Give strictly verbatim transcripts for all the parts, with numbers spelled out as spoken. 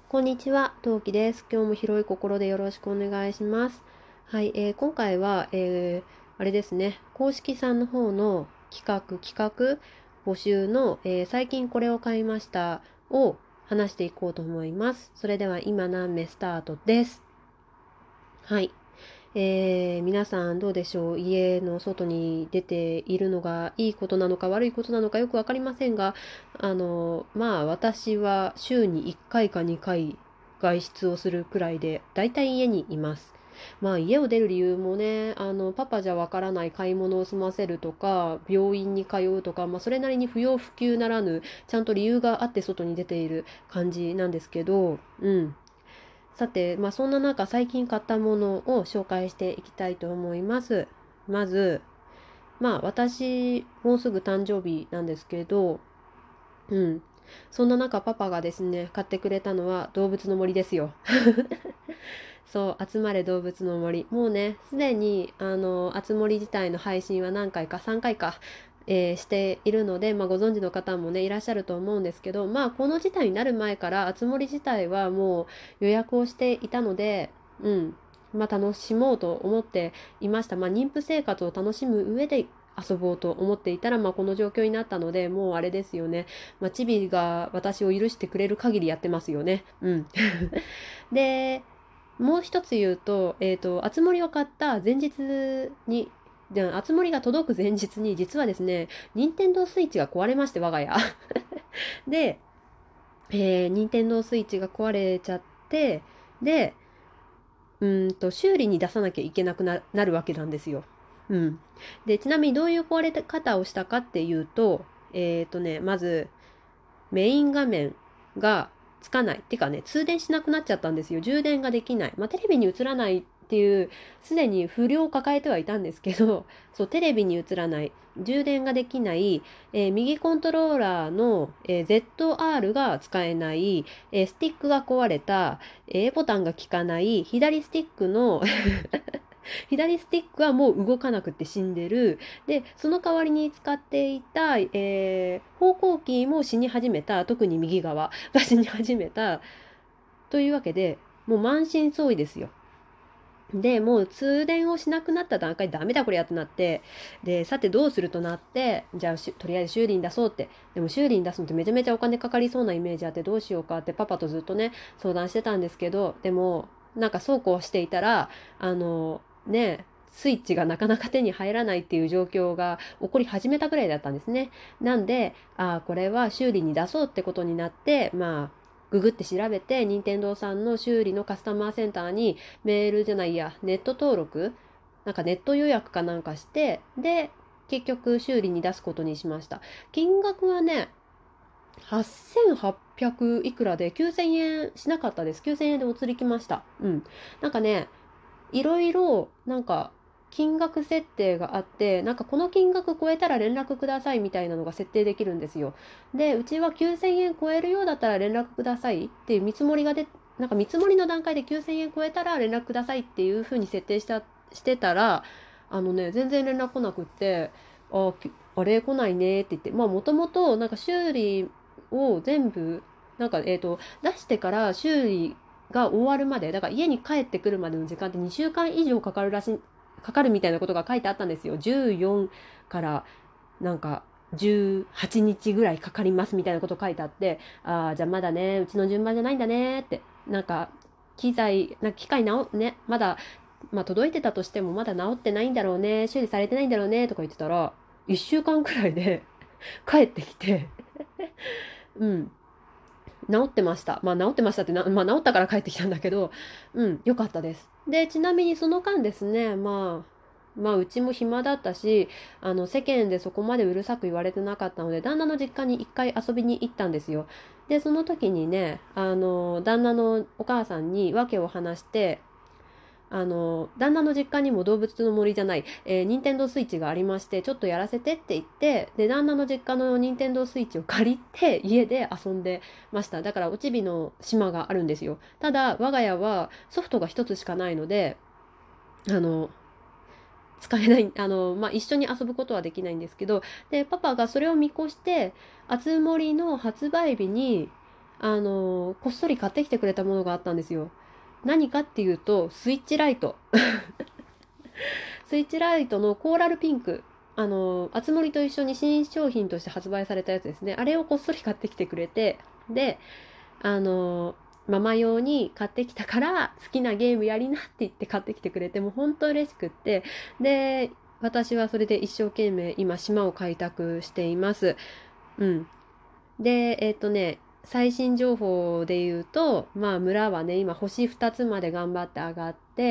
こんにちは、トウキです。今日も広い心でよろしくお願いします。はい、えー今回は、えーあれですね、公式さんの方の企画、企画、募集の、えー最近これを買いましたを話していこうと思います。それでは今何目スタートです。はい。えー皆さんどうでしょう。家の外に出ているのがいいことなのか悪いことなのかよくわかりませんが、あの、まあ私は週にいっかいかにかい外出をするくらいで、だいたい家にいます。まあ家を出る理由もね、あの、パパじゃわからない買い物を済ませるとか、病院に通うとか、まあそれなりに不要不急ならぬ、ちゃんと理由があって外に出ている感じなんですけど、うん。さて、まあ、そんな中、最近買ったものを紹介していきたいと思います。まず、まあ、私、もうすぐ誕生日なんですけど、うん。そんな中、パパがですね、買ってくれたのは動物の森ですよ。そう、集まれ動物の森。もうね、すでに、あの、あつ森自体の配信は何回か、さんかいか、えーしているので、まあ、ご存知の方もね、いらっしゃると思うんですけど、まあ、この事態になる前から、あつ森自体はもう予約をしていたので、うん、まあ、楽しもうと思っていました。まあ、妊婦生活を楽しむ上で、遊ぼうと思っていたら、まあ、この状況になったので、もうあれですよね。まあ、チビが私を許してくれる限りやってますよね。うん。で、もう一つ言うと、えっと、あつ森を買った前日に、で、あつ森が届く前日に、実はですね、任天堂スイッチが壊れまして、我が家。で、えー、任天堂スイッチが壊れちゃって、で、うーんと、修理に出さなきゃいけなくな、なるわけなんですよ。うん。で、ちなみにどういう壊れ方をしたかっていうと、えっとね、まず、メイン画面がつかない。てかね、通電しなくなっちゃったんですよ。充電ができない。まあ、テレビに映らないっていう、すでに不良を抱えてはいたんですけど、そう、テレビに映らない。充電ができない、えー右コントローラーの、えー ゼットアール が使えない、えースティックが壊れた、A ボタンが効かない、左スティックの左スティックはもう動かなくて死んでる。で、その代わりに使っていた、えー方向キーも死に始めた。特に右側が死に始めた。というわけで、もう満身創痍ですよ。で、もう通電をしなくなった段階でダメだこれやってなって、で、さてどうするとなって、じゃあとりあえず修理に出そうって。でも修理に出すのってめちゃめちゃお金かかりそうなイメージあってどうしようかってパパとずっとね、相談してたんですけど、でも、なんかそうこうしていたら、あの、ね、スイッチがなかなか手に入らないっていう状況が起こり始めたぐらいだったんですね。なんで、ああ、これは修理に出そうってことになって、まあ、ググって調べて、任天堂さんの修理のカスタマーセンターにメールじゃないや、ネット登録なんかネット予約かなんかして、で、結局修理に出すことにしました。金額はね、はっせんはっぴゃくいくらできゅうせんえんしなかったです。きゅうせんえんでお釣りきました。うん。なんかね、いろいろ、なんか、金額設定があって、なんかこの金額超えたら連絡くださいみたいなのが設定できるんですよ。で、うちはきゅうせんえん超えるようだったら連絡くださいっていう見積もりがで、なんか見積もりの段階できゅうせんえん超えたら連絡くださいっていう風に設定した、してたら、あのね、全然連絡来なくって、あ、あれ来ないねって言って、まあもともとなんか修理を全部、なんかえっと、出してから修理が終わるまで、だから家に帰ってくるまでの時間ってにしゅうかん以上かかるらしい、かかるみたいなことが書いてあったんですよ。じゅうよんからなんかじゅうはちにちぐらいかかりますみたいなこと書いてあって、ああ、じゃあまだね、うちの順番じゃないんだねって、なんか機材、なんか機械直、ね、まだ、まあ届いてたとしてもまだ直ってないんだろうね、修理されてないんだろうねとか言ってたら、いっしゅうかんくらいで帰ってきて、うん、治ってました。まあ治ってましたってな、まあ治ったから帰ってきたんだけど、うん、良かったです。で、ちなみにその間ですね、まあ、まあうちも暇だったし、あの世間でそこまでうるさく言われてなかったので、旦那の実家に一回遊びに行ったんですよ。で、その時にね、あの、旦那のお母さんに訳を話して、あの、旦那の実家にも動物の森じゃない、えー、任天堂スイッチがありまして、ちょっとやらせてって言って、で、旦那の実家の任天堂スイッチを借りて、家で遊んでました。だから、おちびの島があるんですよ。ただ、我が家はソフトが一つしかないので、あの、使えない、あの、まあ、一緒に遊ぶことはできないんですけど、で、パパがそれを見越して、あつ森の発売日に、 あのこっそり買ってきてくれたものがあったんですよ。何かっていうと、スイッチライト。スイッチライトのコーラルピンク。あの、あつ森と一緒に新商品として発売されたやつですね。あれをこっそり買ってきてくれて、で、あの、ママ用に買ってきたから好きなゲームやりなって言って買ってきてくれて、もう本当嬉しくって。で、私はそれで一生懸命今島を開拓しています。うん。で、えっとね、最新情報で言うと、まあ村はね、今星ふたつまで頑張って上がって、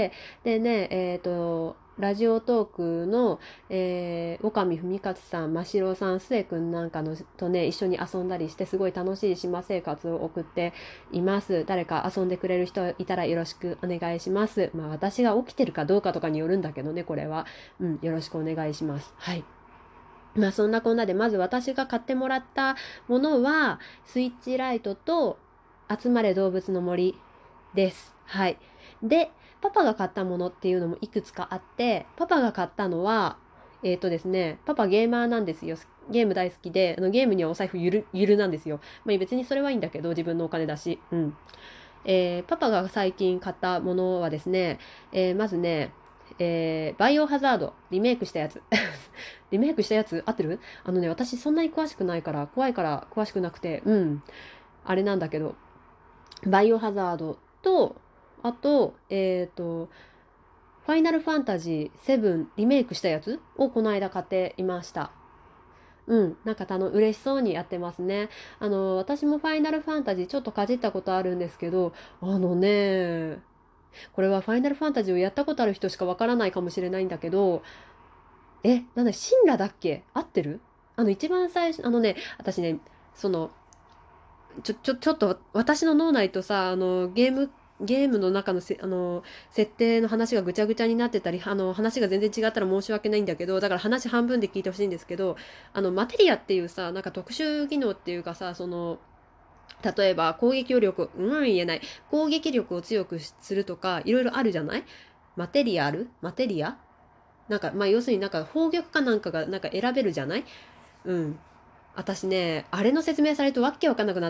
でね、えっと、ラジオトークの、えー、岡見文勝さん、真城さん、末くんなんかのとね、一緒に遊んだりして、すごい楽しい島生活を送っています。誰か遊んでくれる人いたらよろしくお願いします。まあ私が起きてるかどうかとかによるんだけどね、これは。うん、よろしくお願いします。はい。まあそんなこんなで、まず私が買ってもらったものは、スイッチライトと集まれ動物の森です。はい。で、パパが買ったものっていうのもいくつかあって、パパが買ったのは、えっとですね、パパゲーマーなんですよ。ゲーム大好きで、あのゲームにはお財布ゆる、ゆるなんですよ。まあ別にそれはいいんだけど、自分のお金だし。うん。えーパパが最近買ったものはですね、えーまずね、えーバイオハザード、リメイクしたやつ。リメイクしたやつ合ってる？あのね、私そんなに詳しくないから、怖いから詳しくなくて、うん。あれなんだけど、バイオハザードと、あと、えっと、ファイナルファンタジーセブンリメイクしたやつをこの間買っていました。うん、なんかあの嬉しそうにやってますね。あの、私もファイナルファンタジーちょっとかじったことあるんですけど、あのね、これはファイナルファンタジーをやったことある人しかわからないかもしれないんだけど、え、なんだ、シンラだっけ？合ってる？あの一番最初、あのね、私ね、その、ちょ、ちょ、ちょっと私の脳内とさ、あの、ゲーム、ゲームの中のせ、あの、設定の話がぐちゃぐちゃになってたり、あの、話が全然違ったら申し訳ないんだけど、だから話半分で聞いてほしいんですけど、あの、マテリアっていうさ、なんか特殊技能っていうかさ、その、例えば攻撃力、うん、言えない。攻撃力を強くするとか、いろいろあるじゃない？マテリアルマテリアなんか、まあ、要するになんか、宝玉かなんかがなんか選べるじゃない？うん。私ね、あれの説明されるとわけわかんなくなって、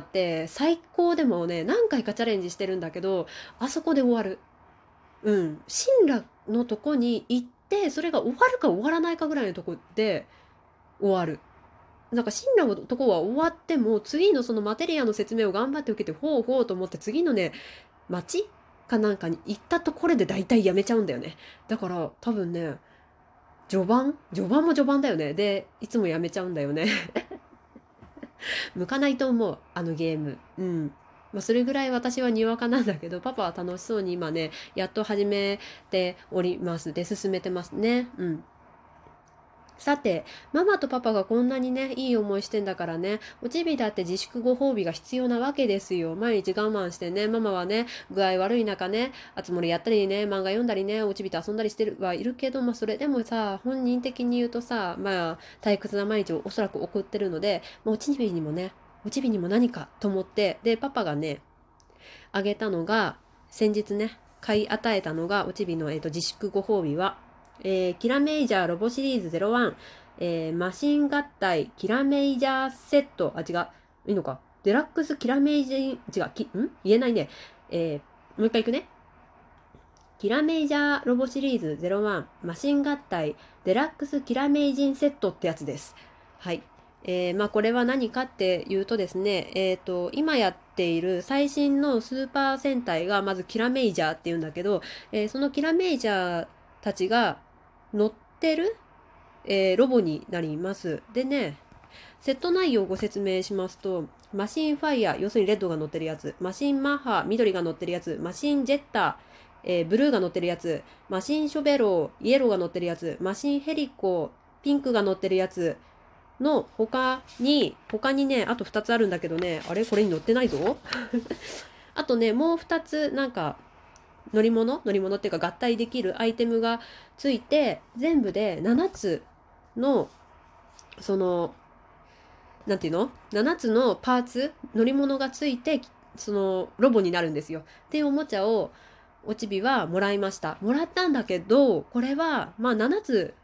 最高でもね、何回かチャレンジしてるんだけど、あそこで終わる。うん。神羅のとこに行って、それが終わるか終わらないかぐらいのとこで終わる。なんか神羅のとこは終わっても、次のそのマテリアの説明を頑張って受けて、ほうほうと思って、次のね、町かなんかに行ったところで大体やめちゃうんだよね。だから多分ね、序盤序盤も序盤だよね。で、いつもやめちゃうんだよね。向かないと思う、あのゲーム。うん。まあ、それぐらい私はにわかなんだけど、パパは楽しそうに今ね、やっと始めております。で、進めてますね。うん。さて、ママとパパがこんなにね、いい思いしてんだからね、おちびだって自粛ご褒美が必要なわけですよ。毎日我慢してね、ママはね、具合悪い中ね、あつ森やったりね、漫画読んだりね、おちびと遊んだりしてるはいるけど、まあそれでもさ、本人的に言うとさ、まあ退屈な毎日をおそらく送ってるので、まあ、おちびにもね、おちびにも何かと思って、で、パパがね、あげたのが、先日ね、買い与えたのが、おちびの、えーと、自粛ご褒美は、えー、キラメイジャーロボシリーズゼロワン、えー、マシン合体キラメイジャーセット、あ、違う、いいのか。デラックスキラメイジン、違う、き、ん言えないね。えー、もう一回いくね。キラメイジャーロボシリーズゼロワン、マシン合体デラックスキラメイジンセットってやつです。はい。えー、まあこれは何かっていうとですね、えっと、今やっている最新のスーパー戦隊がまずキラメイジャーっていうんだけど、えーそのキラメイジャーたちが乗ってる、えーロボになります。でね、セット内容をご説明しますと、マシンファイヤー、要するにレッドが乗ってるやつ、マシンマッハ、緑が乗ってるやつ、マシンジェッター、えーブルーが乗ってるやつ、マシンショベロー、イエローが乗ってるやつ、マシンヘリコ、ピンクが乗ってるやつの他に、他にね、あとふたつあるんだけどね、あれこれに乗ってないぞ。あとね、もうふたつ、なんか、乗り物乗り物っていうか合体できるアイテムがついて、全部でななつの、その、なんていうの ?なな つのパーツ、乗り物がついて、そのロボになるんですよ。っていうおもちゃを、おちびはもらいました。もらったんだけど、これは、まあななつ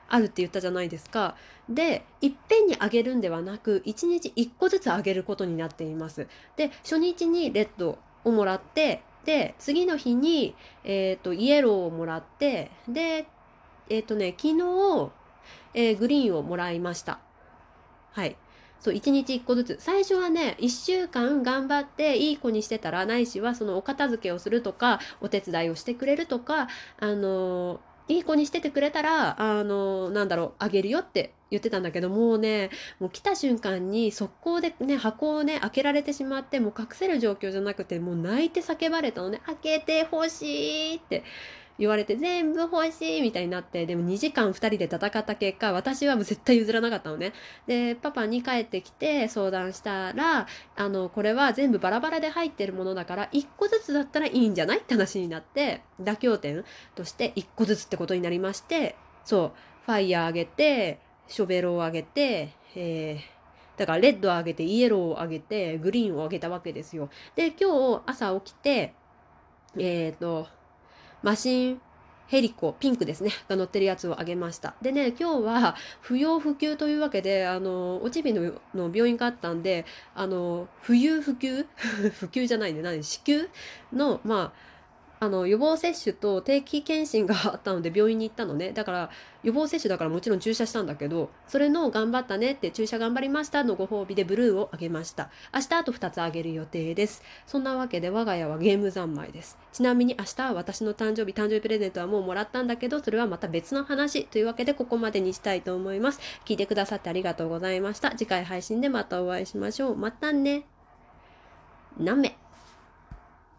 あるって言ったじゃないですか。で、いっぺんにあげるんではなく、いちにちいっこずつあげることになっています。で、初日にレッドをもらって、で、次の日に、えっと、イエローをもらって、で、えっとね、昨日、えーグリーンをもらいました。はい。そう、いちにちいっこずつ。最初はね、いっしゅうかん頑張っていい子にしてたら、ないしはそのお片付けをするとか、お手伝いをしてくれるとか、あのーいい子にしててくれたら、あのーなんだろう、あげるよって言ってたんだけど、もうね、もう来た瞬間に速攻でね、箱をね、開けられてしまって、もう隠せる状況じゃなくて、もう泣いて叫ばれたのね、開けてほしいって。言われて全部欲しいみたいになって、でもにじかんふたりで戦った結果、私はもう絶対譲らなかったのね。でパパに帰ってきて相談したら、あのこれは全部バラバラで入ってるものだからいっこずつだったらいいんじゃないって話になって、妥協点としていっこずつってことになりまして、そうファイヤーあげて、ショベルをあげて、えーだからレッドをあげて、イエローをあげて、グリーンをあげたわけですよ。で今日朝起きて、えっ、とマシンヘリコピンクですねが乗ってるやつをあげました。でね、今日は不要不急というわけで、あのおちびのの病院があったんで、あの不要不急不急じゃないね、何子宮のまああの予防接種と定期検診があったので病院に行ったのね。だから予防接種だからもちろん注射したんだけど、それの頑張ったねって、注射頑張りましたのご褒美でブルーをあげました。明日あとふたつあげる予定です。そんなわけで我が家はゲーム三昧です。ちなみに明日は私の誕生日、誕生日プレゼントはもうもらったんだけど、それはまた別の話というわけでここまでにしたいと思います。聞いてくださってありがとうございました。次回配信でまたお会いしましょう。またね。なめ。